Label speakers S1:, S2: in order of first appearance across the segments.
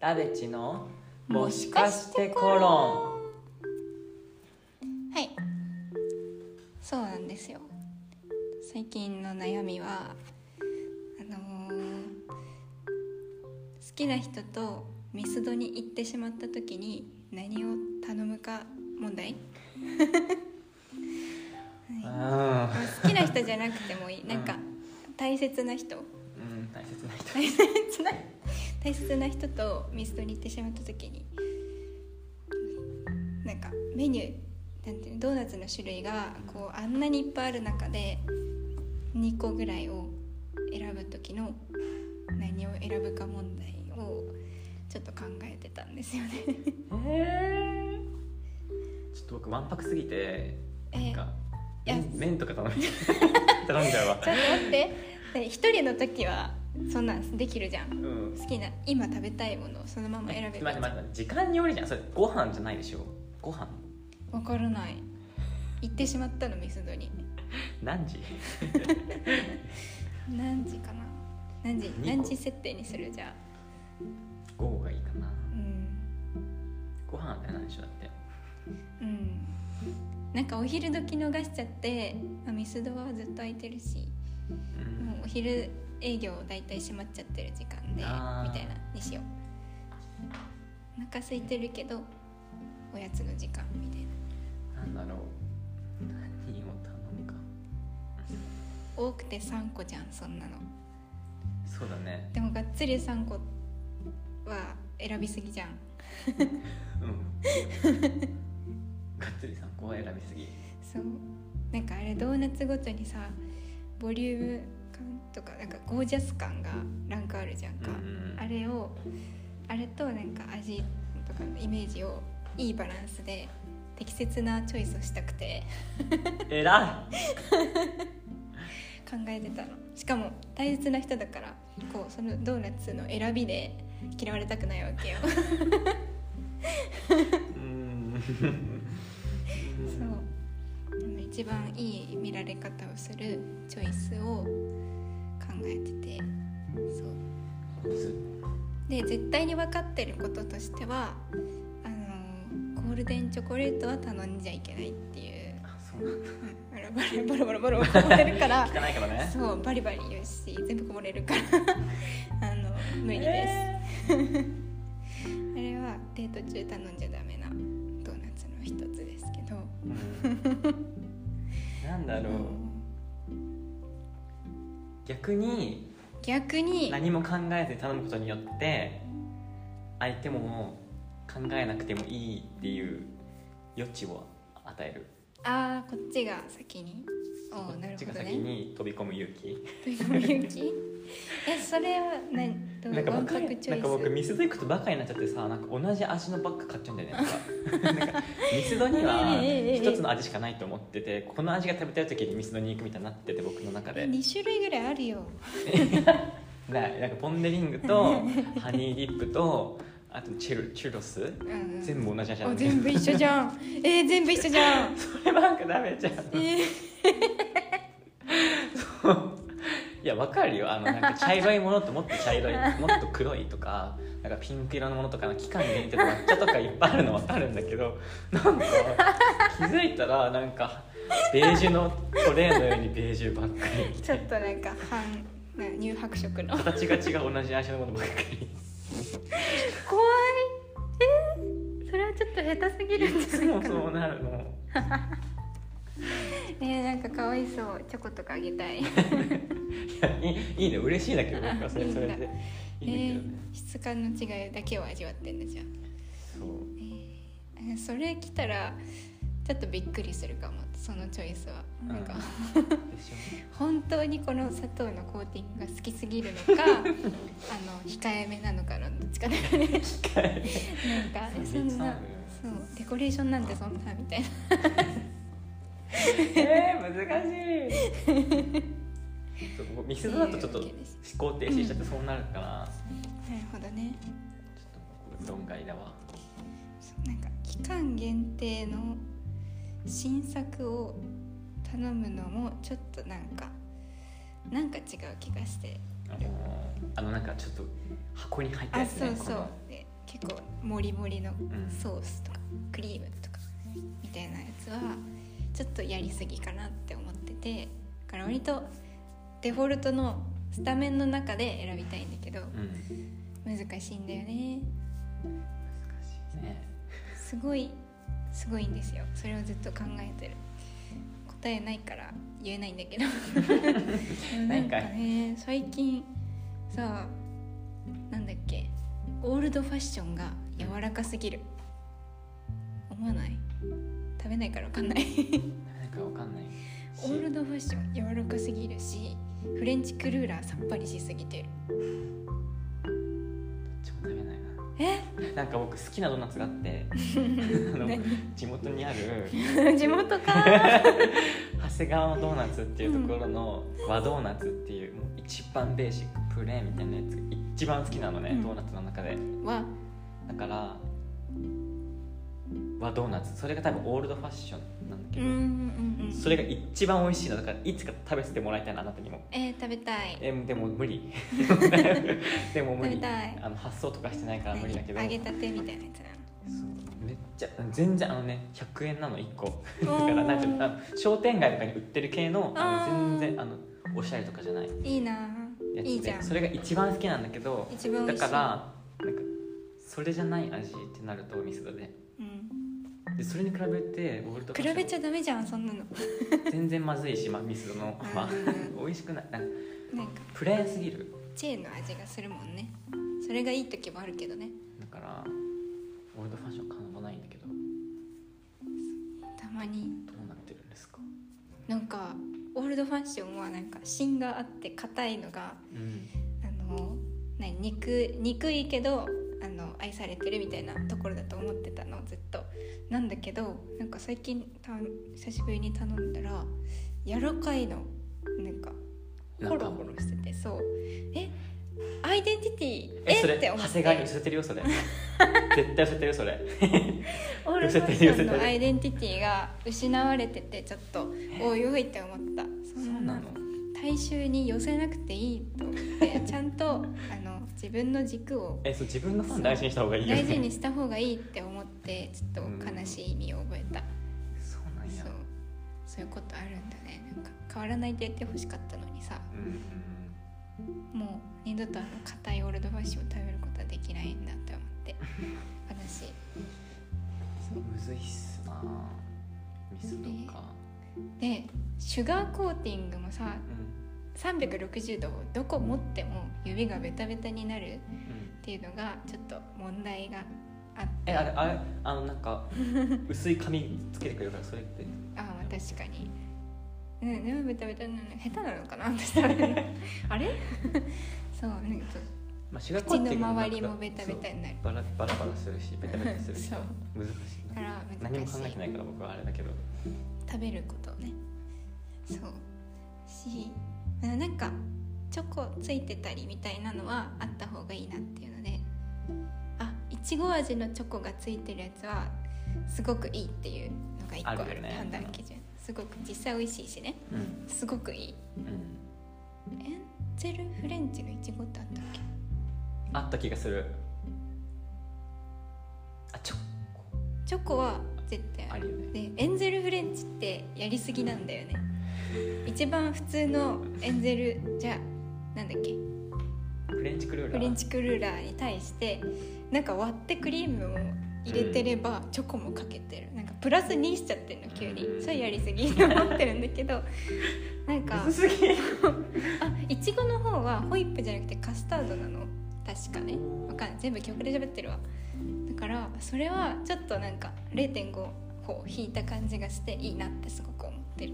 S1: ラベチのもしかしてコロ
S2: ン。はい、そうなんですよ。最近の悩みは好きな人とミスドに行ってしまった時に何を頼むか問題はい、好きな人じゃなくてもいい、なんか大切な人、大切な人とミスドに行ってしまった時になんかメニューなんていうの、ドーナツの種類がこうあんなにいっぱいある中で2個ぐらいを選ぶ時の何を選ぶか問題をちょっと考えてたんですよね
S1: ちょっと僕わんぱくすぎてなんか麺とか頼んじゃうわ
S2: ちょっと待って一人の時はそんなんできるじゃん、好きな今食べたいものをそのまま選べる。
S1: 待って時間によるじゃん。それご飯じゃないでしょ。ご飯
S2: わからない。行ってしまったのミスドに
S1: 何時
S2: 何時かな。何時設定にする？じゃあ
S1: 午後がいいかな。ご飯って何でしょう。だって
S2: なんかお昼時逃しちゃって、ミスドはずっと空いてるし、もうお昼営業だいたい閉まっちゃってる時間でみたいなにしよう。お腹空いてるけどおやつの時間みたいな。
S1: なんだろう、何を頼むか。
S2: 多くて3個じゃん、そんなの。
S1: そうだね。
S2: でもがっつり3個は選びすぎじゃん
S1: がっつり3個は選びすぎ。
S2: そう、なんかあれドーナツごとにさボリューム感とかなんかゴージャス感がランクあるじゃんか、あれとなんか味とかのイメージをいいバランスで適切なチョイスをしたくて
S1: 偉い
S2: 考えてたの。しかも大切な人だからこうそのドーナツの選びで嫌われたくないわけよそう一番いい見られ方をするチョイスを考えてて、そうで絶対に分かってることとしてはゴールデンチョコレートは頼んじゃいけないっていう。
S1: そうなんだ。
S2: ボロこぼれるから
S1: 汚いからね。
S2: そうバリバリ言うし全部こぼれるから無理です、あれはデート中頼んじゃダメなドーナツの一つですけど、
S1: なんだろう、逆に何も考えずに頼むことによって相手も考えなくてもいいっていう余地を与える。
S2: こっちが先になるほどね。こっちが
S1: 先に飛び込む勇気
S2: それは
S1: なんか僕ミスド行くとバカになっちゃってさ、なんか同じ味のばっか買っちゃうんだよね。なんかミスドには一つの味しかないと思ってて、この味が食べたい時にミスドに行くみたいになってて、僕の中で
S2: 2種類ぐらいあるよ
S1: なんかポン・デ・リングとハニーディップとあとチュロス、全部同じ味なんだけど。
S2: 全部一緒じゃん全部一緒じゃん
S1: それなんか食べちゃうそういや分かるよ。なんか茶色いものともっと茶色いもっと黒いとか、なんかピンク色のものとか期間限定とか抹茶とかいっぱいあるの分かるんだけど、なんか気づいたらなんかベージュのトレーのようにベージュばっかり
S2: ちょっとなんか乳白色の
S1: 形が違う同じ味のものばっかり
S2: 怖い。それはちょっと下手すぎるんじゃないかな。
S1: いつもそうなるの
S2: なんかかわいそう。チョコとかあげたい
S1: いやいいね、嬉しいだけど僕はそれでいいんだけどね。
S2: 質感の違いだけを味わってんだじゃん。それ来たらちょっとびっくりするかも、そのチョイスは。なんか本当にこの砂糖のコーティングが好きすぎるのか控えめなのかのどっちかだよねなんかそんなそうデコレーションなんてそんなみたいな
S1: 難しいミスドだとちょっと思考停止しちゃってそうなるから、なる
S2: ほどね。
S1: ちょっと論外だわ。
S2: なんか期間限定の新作を頼むのもちょっとなんか違う気がして、
S1: なんかちょっと箱に入ったやつね。
S2: そうで結構モリモリのソースとかクリームとかみたいなやつはちょっとやりすぎかなって思ってて、だから割とデフォルトのスタメンの中で選びたいんだけど、難しいんだよね。
S1: 難しいね。
S2: すごいんですよ。それをずっと考えてる。答えないから言えないんだけどなんかね、最近さ、なんだっけ、オールドファッションが柔らかすぎる。思わない？食べないから分かんない
S1: なんか分かんない。
S2: オールドファッション柔らかすぎるし、フレンチクルーラーさっぱりしすぎてる。
S1: どっちも食べないな。なんか僕好きなドーナツがあって地元にある
S2: 地元か
S1: 長谷川のドーナツっていうところの和ドーナツっていう、もう一番ベーシックプレーンみたいなやつが一番好きなのね、ドーナツの中で。だから和ドーナツ、それが多分オールドファッションなんだけど、それが一番美味しいのだから、いつか食べてもらいたいな、あなたにも。
S2: 食べたい。
S1: でも無理でも無理。発送とかしてないから無理だけど、
S2: 揚げたてみたいなやつなの。
S1: そうめっちゃ全然100円なの1個だからなんか商店街とかに売ってる系の全然おしゃれとかじゃない
S2: いいな、いいじゃん。
S1: それが一番好きなんだけど、
S2: 一番美味しい。
S1: だからなんかそれじゃない味ってなるとミスドで、でそれに比べてオールドファッション
S2: 比べちゃダメじゃん、そんなの
S1: 全然まずいし、ミスドの美味しくない、なんかプレーンすぎる。
S2: チェーンの味がするもんね。それがいい時もあるけどね。
S1: だからオールドファッション買わないんだけど、
S2: たまに
S1: どうなってるんですか？
S2: なんかオールドファッションはなんか芯があって硬いのが、憎いけど愛されてるみたいなところだと思ってたの、ずっと。なんだけどなんか最近久しぶりに頼んだら柔らかいの、なんかホロホロしてて、そうアイデンティティ
S1: それ
S2: って思って、
S1: 長谷川に寄せてるよそれ絶対寄せてるよそれ
S2: オールドファッションのアイデンティティが失われてて、ちょっとおいおいって思った。
S1: そうなの？
S2: 大衆に寄せなくていいと思ってちゃんと自分の軸を
S1: そう自分のファン大事にした方がいいよね。
S2: 大事にした方がいいって思って、ちょっと悲しい意味を覚えた。
S1: そうなんや。
S2: そういうことあるんだね。なんか変わらないで言ってほしかったのにさ、もう二度と硬いオールドファッションを食べることはできないんだって思って悲しい。
S1: むずいっすなミスとか
S2: でシュガーコーティングもさ、360度どこ持っても指がベタベタになるっていうのがちょっと問題があって、
S1: あれなんか薄い紙つけてくれるから、それって
S2: 確かに、でもベタベタなの下手なのかな私あれあれそうなんか口の周りもベタベタになる、
S1: バラバラするしベタベタするし
S2: そう
S1: 難しいな。何も考えてないから僕はあれだけど、
S2: 食べることをね。そうし、なんかチョコついてたりみたいなのはあった方がいいなっていうので、いちご味のチョコがついてるやつはすごくいいっていうのが一個ある、判断基準。すごく実際美味しいしね、すごくいい、エンゼルフレンチのいちごってあったっけ？
S1: あった気がする。
S2: チョコは絶対
S1: あるよね。
S2: でエンゼルフレンチってやりすぎなんだよね。一番普通のエンゼルじゃなんだっけ、
S1: フレンチクル
S2: ーラーに対してなんか割ってクリームを入れてればチョコもかけてる、なんかプラス2しちゃってるの急に。それやりすぎって思ってるんだけどなんかいちごの方はホイップじゃなくてカスタードなの確かね、わかんない、全部曲で喋ってるわ。だからそれはちょっとなんか 0.5 こう引いた感じがしていいなってすごく思ってる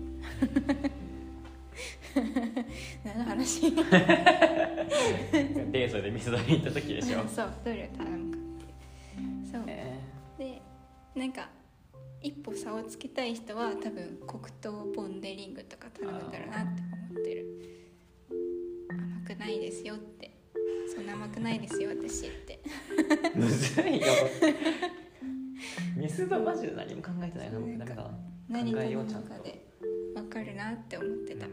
S2: 何の話
S1: デートでミスドに行った時でしょ
S2: そう、どれを頼むかっていう。そう、でなんか一歩差をつけたい人は多分黒糖ポン・デ・リングとか頼むんだろうなって思ってる。甘くないですよって、そんな甘くないですよ私って
S1: むずいよミスドマジで何も考えてないな。僕ダメだな。
S2: 何頼むかで分かるなって思ってた。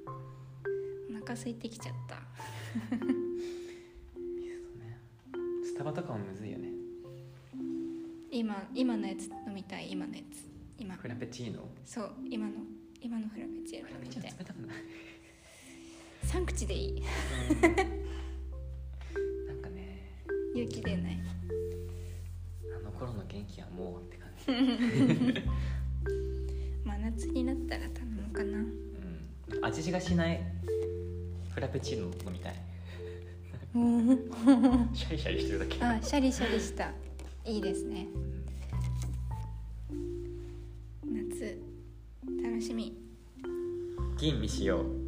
S2: お腹空いてきちゃった
S1: ミスドね。スタバとかもむずいよね。
S2: 今のやつ飲みたい。今のやつ今
S1: フラペチーノ。
S2: そう今のフラペチーノ飲みたい。
S1: 冷たくない
S2: 3口でいい
S1: なんかね
S2: 勇気出ない。
S1: あの頃の元気はもうって感じ
S2: 真夏になったら頼むかな。
S1: 味がしないフラペチーノ飲みたいシャリシャリしてるだけ。
S2: あ、シャリシャリしたいいですね。夏楽しみ。
S1: 吟味しよう。